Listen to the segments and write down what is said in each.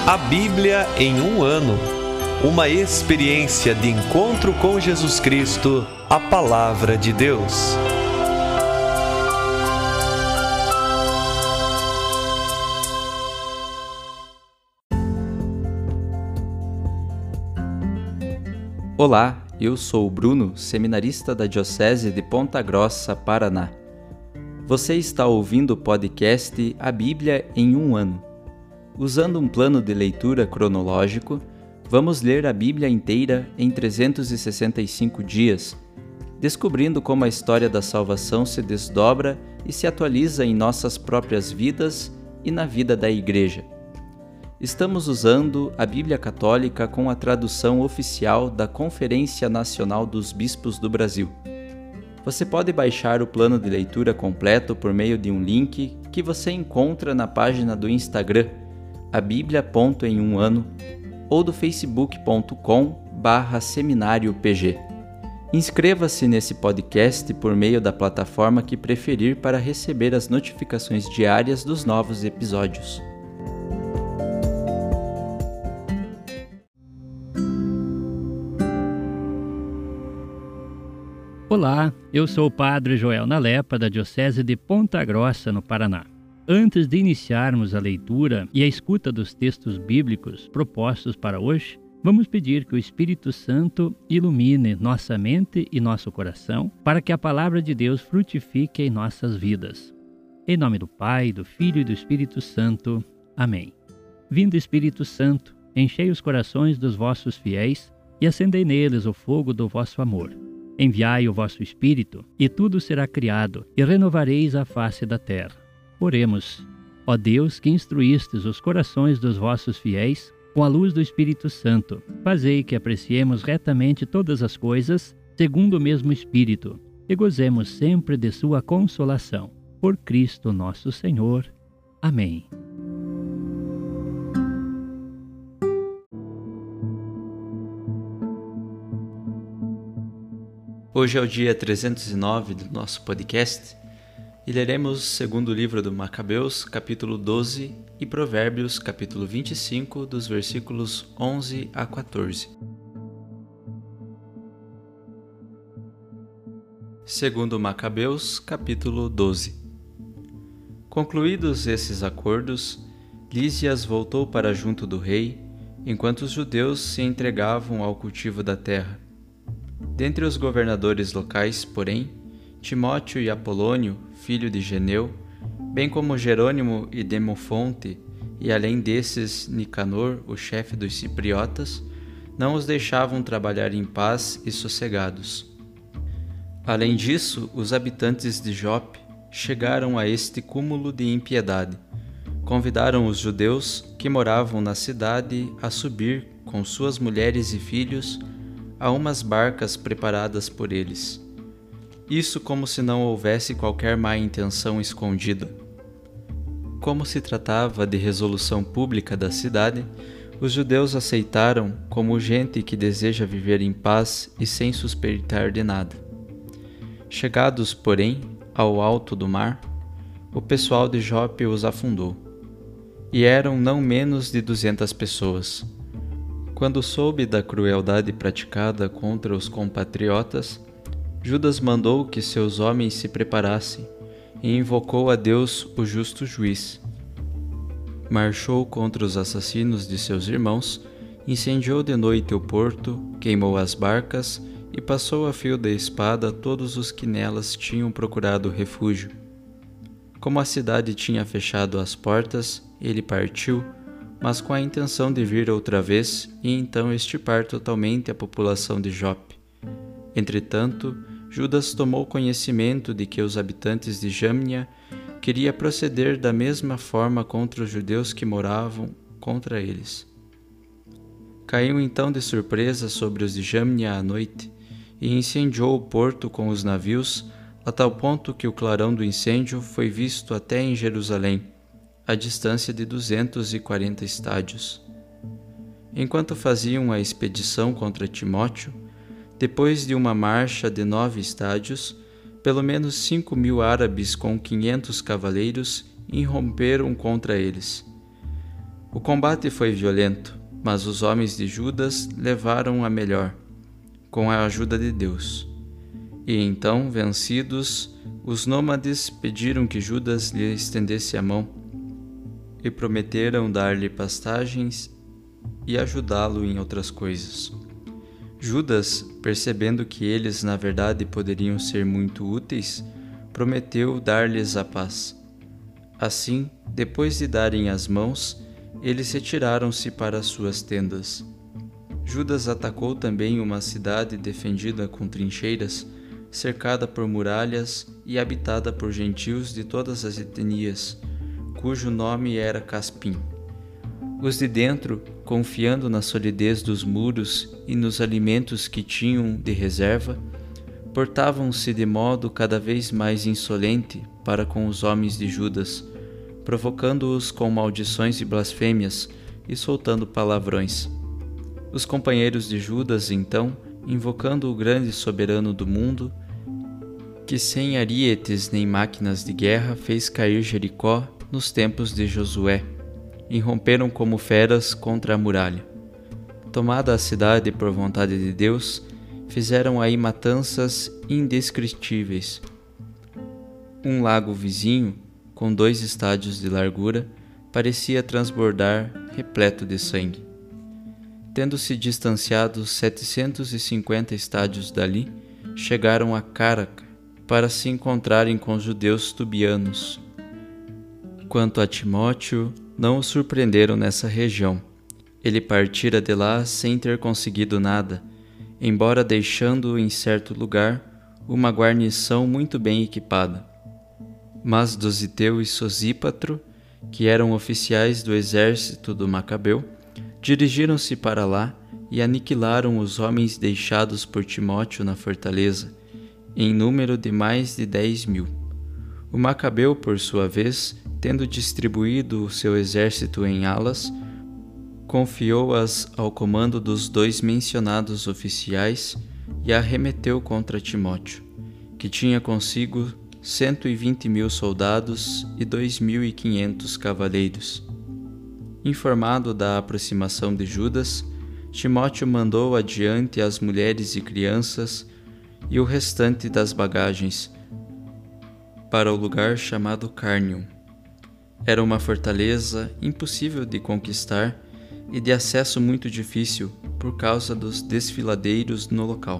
A Bíblia em um ano. Uma experiência de encontro com Jesus Cristo, a Palavra de Deus. Olá, eu sou o Bruno, seminarista da Diocese de Ponta Grossa, Paraná. Você está ouvindo o podcast A Bíblia em um ano. Usando um plano de leitura cronológico, vamos ler a Bíblia inteira em 365 dias, descobrindo como a história da salvação se desdobra e se atualiza em nossas próprias vidas e na vida da Igreja. Estamos usando a Bíblia Católica com a tradução oficial da Conferência Nacional dos Bispos do Brasil. Você pode baixar o plano de leitura completo por meio de um link que você encontra na página do Instagram, abiblia.emuano, ou do facebook.com/seminariopg. Inscreva-se nesse podcast por meio da plataforma que preferir para receber as notificações diárias dos novos episódios. Olá, eu sou o Padre Joel Nalepa, da Diocese de Ponta Grossa, no Paraná. Antes de iniciarmos a leitura e a escuta dos textos bíblicos propostos para hoje, vamos pedir que o Espírito Santo ilumine nossa mente e nosso coração para que a Palavra de Deus frutifique em nossas vidas. Em nome do Pai, do Filho e do Espírito Santo. Amém. Vindo Espírito Santo, enchei os corações dos vossos fiéis e acendei neles o fogo do vosso amor. Enviai o vosso Espírito, e tudo será criado, e renovareis a face da terra. Oremos. Ó Deus, que instruístes os corações dos vossos fiéis com a luz do Espírito Santo, fazei que apreciemos retamente todas as coisas, segundo o mesmo Espírito, e gozemos sempre de sua consolação. Por Cristo nosso Senhor. Amém. Hoje é o dia 309 do nosso podcast e leremos o segundo livro do Macabeus, capítulo 12, e Provérbios, capítulo 25, dos versículos 11 a 14. Segundo Macabeus, capítulo 12. Concluídos esses acordos, Lísias voltou para junto do rei, enquanto os judeus se entregavam ao cultivo da terra. Dentre os governadores locais, porém, Timóteo e Apolônio, filho de Geneu, bem como Jerônimo e Demofonte, e além desses Nicanor, o chefe dos cipriotas, não os deixavam trabalhar em paz e sossegados. Além disso, os habitantes de Jope chegaram a este cúmulo de impiedade. Convidaram os judeus que moravam na cidade a subir com suas mulheres e filhos a umas barcas preparadas por eles. Isso como se não houvesse qualquer má intenção escondida. Como se tratava de resolução pública da cidade, os judeus aceitaram como gente que deseja viver em paz e sem suspeitar de nada. Chegados, porém, ao alto do mar, o pessoal de Jope os afundou, e eram não menos de 200 pessoas. Quando soube da crueldade praticada contra os compatriotas, Judas mandou que seus homens se preparassem e invocou a Deus, o justo juiz. Marchou contra os assassinos de seus irmãos, incendiou de noite o porto, queimou as barcas e passou a fio da espada todos os que nelas tinham procurado refúgio. Como a cidade tinha fechado as portas, ele partiu, mas com a intenção de vir outra vez e então extirpar totalmente a população de Jope. Entretanto, Judas tomou conhecimento de que os habitantes de Jâmnia queriam proceder da mesma forma contra os judeus que moravam contra eles. Caiu então de surpresa sobre os de Jâmnia à noite e incendiou o porto com os navios, a tal ponto que o clarão do incêndio foi visto até em Jerusalém, a distância de 240 estádios. Enquanto faziam a expedição contra Timóteo, depois de uma marcha de 9 estádios, pelo menos 5.000 árabes com 500 cavaleiros irromperam contra eles. O combate foi violento, mas os homens de Judas levaram a melhor, com a ajuda de Deus. E então, vencidos, os nômades pediram que Judas lhe estendesse a mão e prometeram dar-lhe pastagens e ajudá-lo em outras coisas. Judas, percebendo que eles na verdade poderiam ser muito úteis, prometeu dar-lhes a paz. Assim, depois de darem as mãos, eles retiraram-se para suas tendas. Judas atacou também uma cidade defendida com trincheiras, cercada por muralhas e habitada por gentios de todas as etnias, cujo nome era Caspim. Os de dentro, confiando na solidez dos muros e nos alimentos que tinham de reserva, portavam-se de modo cada vez mais insolente para com os homens de Judas, provocando-os com maldições e blasfêmias e soltando palavrões. Os companheiros de Judas, então, invocando o grande soberano do mundo, que sem arietes nem máquinas de guerra fez cair Jericó nos tempos de Josué, irromperam como feras contra a muralha. Tomada a cidade por vontade de Deus, fizeram aí matanças indescritíveis. Um lago vizinho, com 2 estádios de largura, parecia transbordar, repleto de sangue. Tendo-se distanciado 750 estádios dali, chegaram a Cáraca para se encontrarem com os judeus tubianos. Quanto a Timóteo, não o surpreenderam nessa região. Ele partira de lá sem ter conseguido nada, embora deixando em certo lugar uma guarnição muito bem equipada. Mas Dositeu e Sosípatro, que eram oficiais do exército do Macabeu, dirigiram-se para lá e aniquilaram os homens deixados por Timóteo na fortaleza, em número de mais de 10.000. O Macabeu, por sua vez, tendo distribuído o seu exército em alas, confiou-as ao comando dos 2 mencionados oficiais e arremeteu contra Timóteo, que tinha consigo 120.000 soldados e 2.500 cavaleiros. Informado da aproximação de Judas, Timóteo mandou adiante as mulheres e crianças e o restante das bagagens para o lugar chamado Carnium. Era uma fortaleza impossível de conquistar e de acesso muito difícil por causa dos desfiladeiros no local.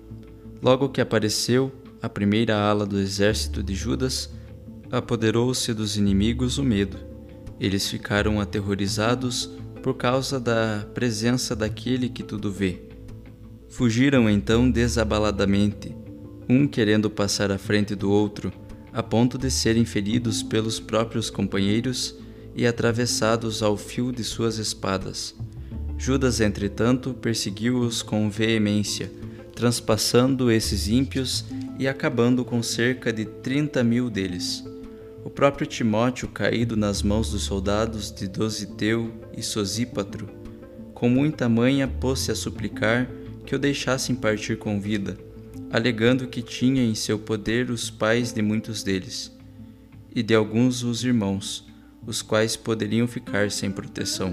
Logo que apareceu a primeira ala do exército de Judas, apoderou-se dos inimigos o medo. Eles ficaram aterrorizados por causa da presença daquele que tudo vê. Fugiram então desabaladamente, um querendo passar à frente do outro, a ponto de serem feridos pelos próprios companheiros e atravessados ao fio de suas espadas. Judas, entretanto, perseguiu-os com veemência, transpassando esses ímpios e acabando com cerca de 30.000 deles. O próprio Timóteo, caído nas mãos dos soldados de Dositeu e Sosípatro, com muita manha pôs-se a suplicar que o deixassem partir com vida, alegando que tinha em seu poder os pais de muitos deles, e de alguns os irmãos, os quais poderiam ficar sem proteção.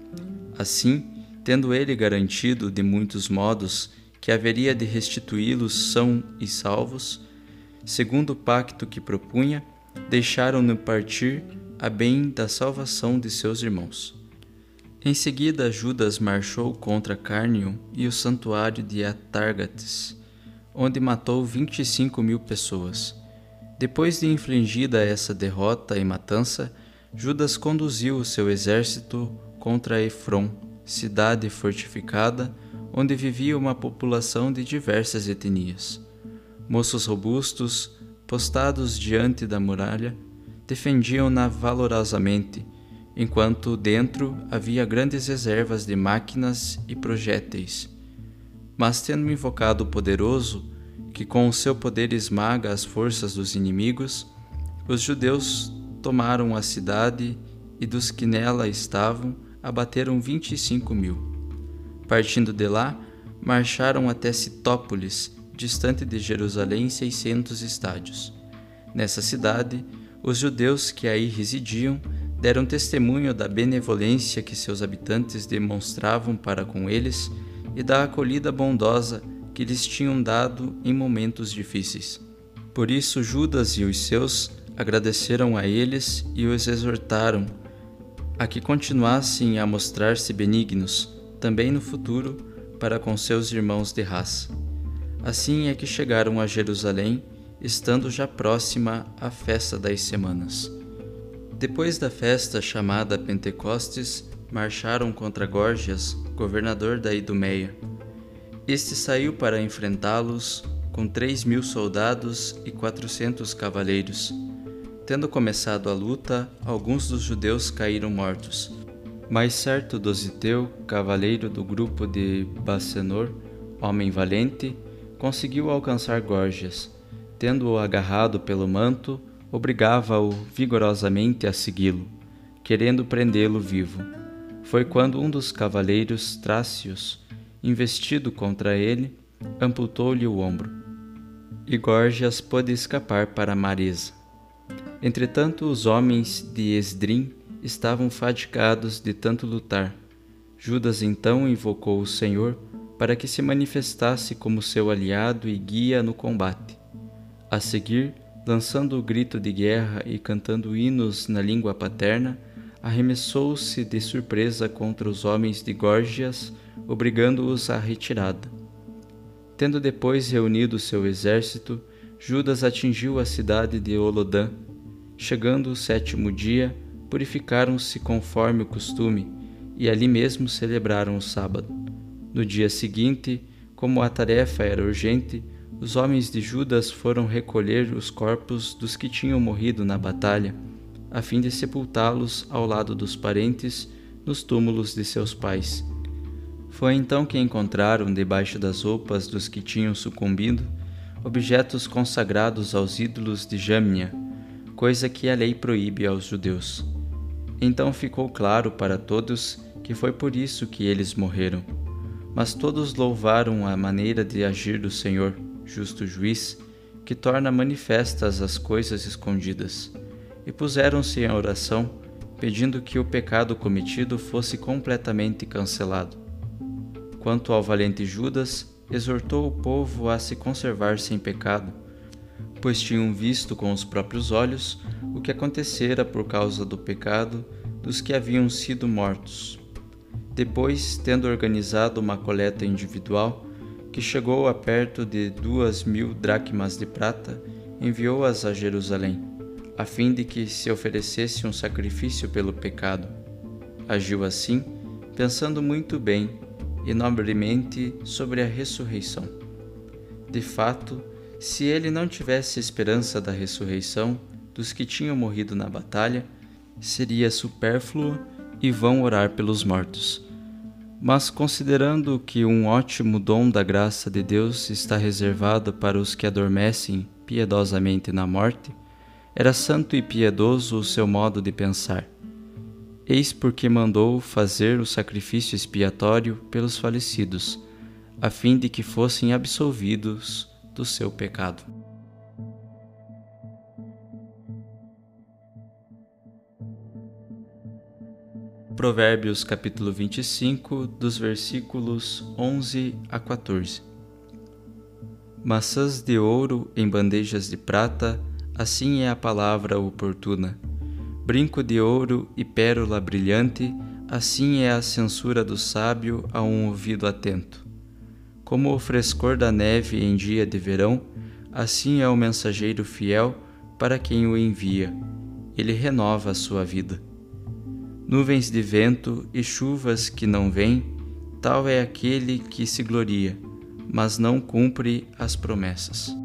Assim, tendo ele garantido de muitos modos que haveria de restituí-los são e salvos, segundo o pacto que propunha, deixaram-no partir a bem da salvação de seus irmãos. Em seguida, Judas marchou contra Carnium e o santuário de Atargates, onde matou 25.000 pessoas. Depois de infligida essa derrota e matança, Judas conduziu o seu exército contra Efron, cidade fortificada, onde vivia uma população de diversas etnias. Moços robustos, postados diante da muralha, defendiam-na valorosamente, enquanto dentro havia grandes reservas de máquinas e projéteis. Mas tendo invocado o poderoso, que com o seu poder esmaga as forças dos inimigos, os judeus tomaram a cidade e dos que nela estavam abateram 25.000. Partindo de lá, marcharam até Citópolis, distante de Jerusalém 600 estádios. Nessa cidade, os judeus que aí residiam deram testemunho da benevolência que seus habitantes demonstravam para com eles e da acolhida bondosa que lhes tinham dado em momentos difíceis. Por isso Judas e os seus agradeceram a eles e os exortaram a que continuassem a mostrar-se benignos, também no futuro, para com seus irmãos de raça. Assim é que chegaram a Jerusalém, estando já próxima a festa das semanas. Depois da festa chamada Pentecostes, marcharam contra Górgias, governador da Idumeia. Este saiu para enfrentá-los com 3.000 soldados e 400 cavaleiros. Tendo começado a luta, alguns dos judeus caíram mortos. Mas certo Dositeu, cavaleiro do grupo de Bacenor, homem valente, conseguiu alcançar Górgias. Tendo-o agarrado pelo manto, obrigava-o vigorosamente a segui-lo, querendo prendê-lo vivo. Foi quando um dos cavaleiros trácios, investido contra ele, amputou-lhe o ombro, e Górgias pôde escapar para Maresa. Entretanto, os homens de Esdrim estavam fadigados de tanto lutar. Judas então invocou o Senhor para que se manifestasse como seu aliado e guia no combate. A seguir, lançando o grito de guerra e cantando hinos na língua paterna, arremessou-se de surpresa contra os homens de Górgias, obrigando-os à retirada. Tendo depois reunido seu exército, Judas atingiu a cidade de Olodã. Chegando o 7º dia, purificaram-se conforme o costume, e ali mesmo celebraram o sábado. No dia seguinte, como a tarefa era urgente, os homens de Judas foram recolher os corpos dos que tinham morrido na batalha, a fim de sepultá-los ao lado dos parentes nos túmulos de seus pais. Foi então que encontraram debaixo das roupas dos que tinham sucumbido objetos consagrados aos ídolos de Jâmnia, coisa que a lei proíbe aos judeus. Então ficou claro para todos que foi por isso que eles morreram. Mas todos louvaram a maneira de agir do Senhor, justo juiz, que torna manifestas as coisas escondidas, e puseram-se em oração, pedindo que o pecado cometido fosse completamente cancelado. Quanto ao valente Judas, exortou o povo a se conservar sem pecado, pois tinham visto com os próprios olhos o que acontecera por causa do pecado dos que haviam sido mortos. Depois, tendo organizado uma coleta individual, que chegou a perto de 2.000 dracmas de prata, enviou-as a Jerusalém, a fim de que se oferecesse um sacrifício pelo pecado. Agiu assim, pensando muito bem e nobremente sobre a ressurreição. De fato, se ele não tivesse esperança da ressurreição dos que tinham morrido na batalha, seria supérfluo e vão orar pelos mortos. Mas considerando que um ótimo dom da graça de Deus está reservado para os que adormecem piedosamente na morte, era santo e piedoso o seu modo de pensar. Eis porque mandou fazer o sacrifício expiatório pelos falecidos, a fim de que fossem absolvidos do seu pecado. Provérbios capítulo 25, dos versículos 11 a 14. Maçãs de ouro em bandejas de prata, assim é a palavra oportuna. Brinco de ouro e pérola brilhante, assim é a censura do sábio a um ouvido atento. Como o frescor da neve em dia de verão, assim é o mensageiro fiel para quem o envia. Ele renova a sua vida. Nuvens de vento e chuvas que não vêm, tal é aquele que se gloria, mas não cumpre as promessas.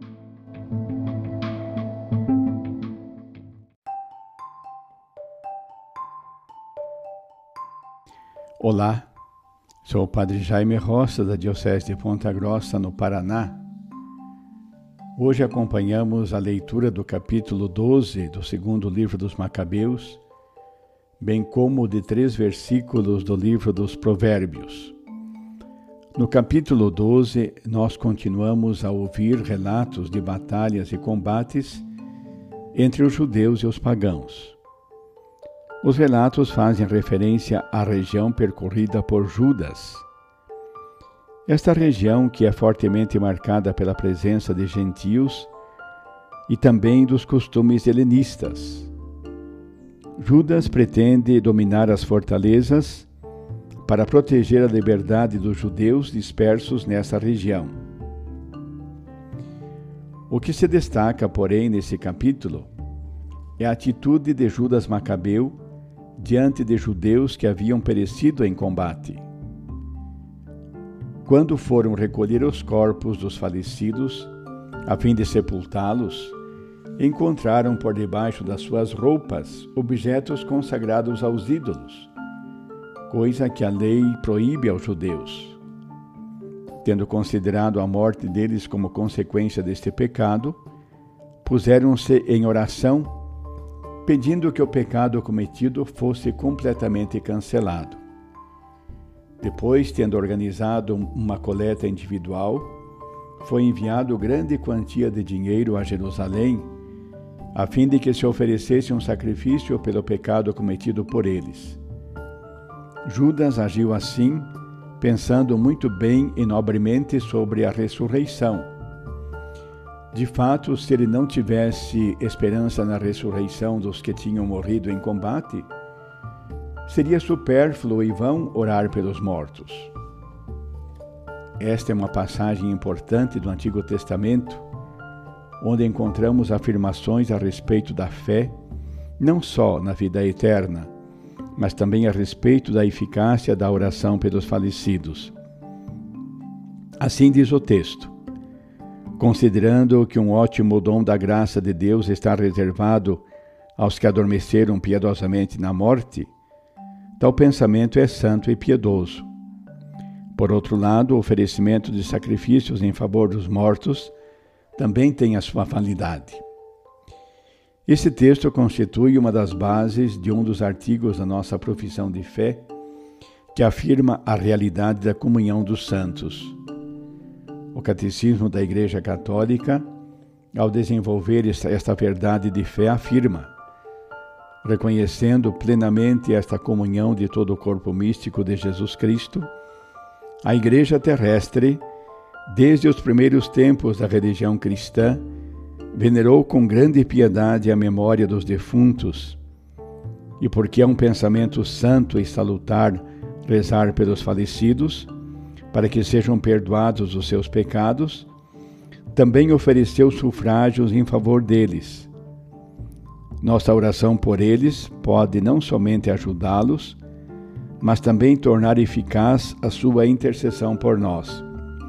Olá, sou o Padre Jaime Roça, da Diocese de Ponta Grossa, no Paraná. Hoje acompanhamos a leitura do capítulo 12 do segundo livro dos Macabeus, bem como de 3 versículos do livro dos Provérbios. No capítulo 12, nós continuamos a ouvir relatos de batalhas e combates entre os judeus e os pagãos. Os relatos fazem referência à região percorrida por Judas. Esta região, que é fortemente marcada pela presença de gentios e também dos costumes helenistas. Judas pretende dominar as fortalezas para proteger a liberdade dos judeus dispersos nessa região. O que se destaca, porém, nesse capítulo é a atitude de Judas Macabeu diante de judeus que haviam perecido em combate. Quando foram recolher os corpos dos falecidos, a fim de sepultá-los, encontraram por debaixo das suas roupas objetos consagrados aos ídolos, coisa que a lei proíbe aos judeus. Tendo considerado a morte deles como consequência deste pecado, puseram-se em oração, pedindo que o pecado cometido fosse completamente cancelado. Depois, tendo organizado uma coleta individual, foi enviado grande quantia de dinheiro a Jerusalém, a fim de que se oferecesse um sacrifício pelo pecado cometido por eles. Judas agiu assim, pensando muito bem e nobremente sobre a ressurreição. De fato, se ele não tivesse esperança na ressurreição dos que tinham morrido em combate, seria supérfluo e vão orar pelos mortos. Esta é uma passagem importante do Antigo Testamento, onde encontramos afirmações a respeito da fé, não só na vida eterna, mas também a respeito da eficácia da oração pelos falecidos. Assim diz o texto: considerando que um ótimo dom da graça de Deus está reservado aos que adormeceram piedosamente na morte, tal pensamento é santo e piedoso. Por outro lado, o oferecimento de sacrifícios em favor dos mortos também tem a sua validade. Esse texto constitui uma das bases de um dos artigos da nossa profissão de fé, que afirma a realidade da comunhão dos santos. O Catecismo da Igreja Católica, ao desenvolver esta verdade de fé, afirma: reconhecendo plenamente esta comunhão de todo o corpo místico de Jesus Cristo, a Igreja terrestre, desde os primeiros tempos da religião cristã, venerou com grande piedade a memória dos defuntos, e porque é um pensamento santo e salutar rezar pelos falecidos, para que sejam perdoados os seus pecados, também ofereceu sufrágios em favor deles. Nossa oração por eles pode não somente ajudá-los, mas também tornar eficaz a sua intercessão por nós.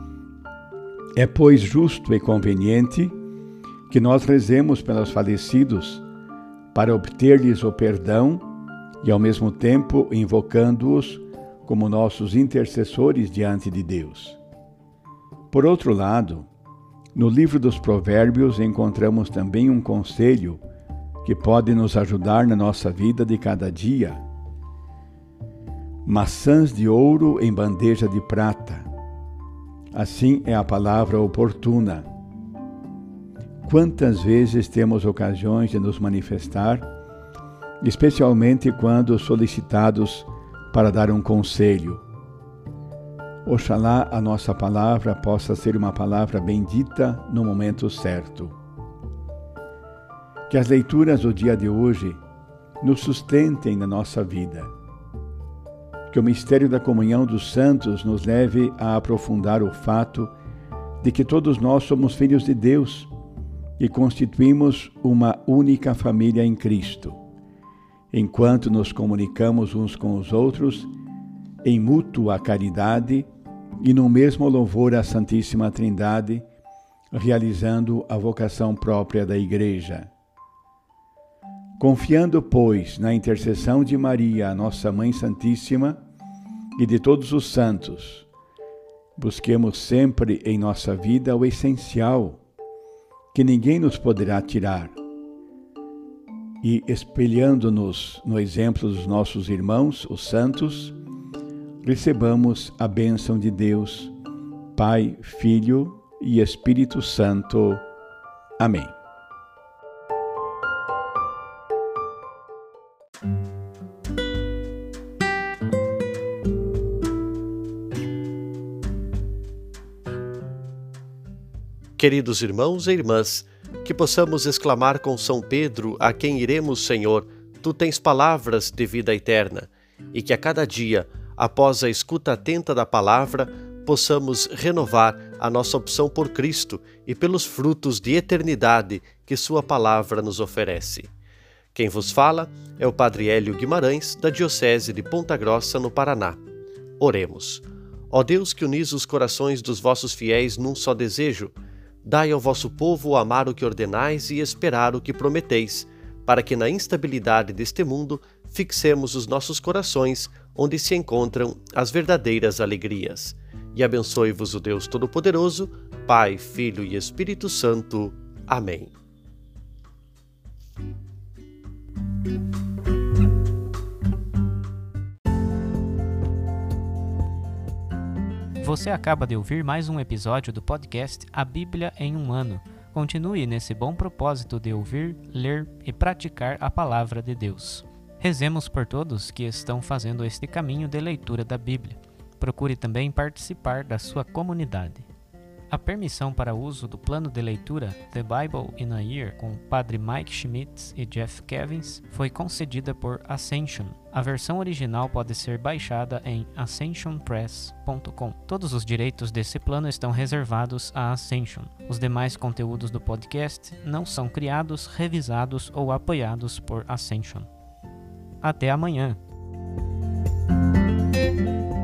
É, pois, justo e conveniente que nós rezemos pelos falecidos para obter-lhes o perdão e, ao mesmo tempo, invocando-os como nossos intercessores diante de Deus. Por outro lado, no livro dos Provérbios encontramos também um conselho que pode nos ajudar na nossa vida de cada dia. Maçãs de ouro em bandeja de prata. Assim é a palavra oportuna. Quantas vezes temos ocasiões de nos manifestar, especialmente quando solicitados para dar um conselho. Oxalá a nossa palavra possa ser uma palavra bendita no momento certo. Que as leituras do dia de hoje nos sustentem na nossa vida. Que o mistério da comunhão dos santos nos leve a aprofundar o fato de que todos nós somos filhos de Deus e constituímos uma única família em Cristo, enquanto nos comunicamos uns com os outros em mútua caridade e no mesmo louvor à Santíssima Trindade, realizando a vocação própria da Igreja. Confiando, pois, na intercessão de Maria, a nossa Mãe Santíssima, e de todos os santos, busquemos sempre em nossa vida o essencial, que ninguém nos poderá tirar, e espelhando-nos no exemplo dos nossos irmãos, os santos, recebamos a bênção de Deus, Pai, Filho e Espírito Santo. Amém. Queridos irmãos e irmãs, que possamos exclamar com São Pedro, a quem iremos, Senhor, Tu tens palavras de vida eterna, e que a cada dia, após a escuta atenta da palavra, possamos renovar a nossa opção por Cristo e pelos frutos de eternidade que Sua palavra nos oferece. Quem vos fala é o Padre Hélio Guimarães, da Diocese de Ponta Grossa, no Paraná. Oremos. Ó Deus, que unis os corações dos vossos fiéis num só desejo, dai ao vosso povo amar o que ordenais e esperar o que prometeis, para que na instabilidade deste mundo fixemos os nossos corações onde se encontram as verdadeiras alegrias. E abençoe-vos o Deus Todo-Poderoso, Pai, Filho e Espírito Santo. Amém. Você acaba de ouvir mais um episódio do podcast A Bíblia em um Ano. Continue nesse bom propósito de ouvir, ler e praticar a Palavra de Deus. Rezemos por todos que estão fazendo este caminho de leitura da Bíblia. Procure também participar da sua comunidade. A permissão para uso do plano de leitura The Bible in a Year com o Padre Mike Schmitz e Jeff Kevins foi concedida por Ascension. A versão original pode ser baixada em ascensionpress.com. Todos os direitos desse plano estão reservados à Ascension. Os demais conteúdos do podcast não são criados, revisados ou apoiados por Ascension. Até amanhã!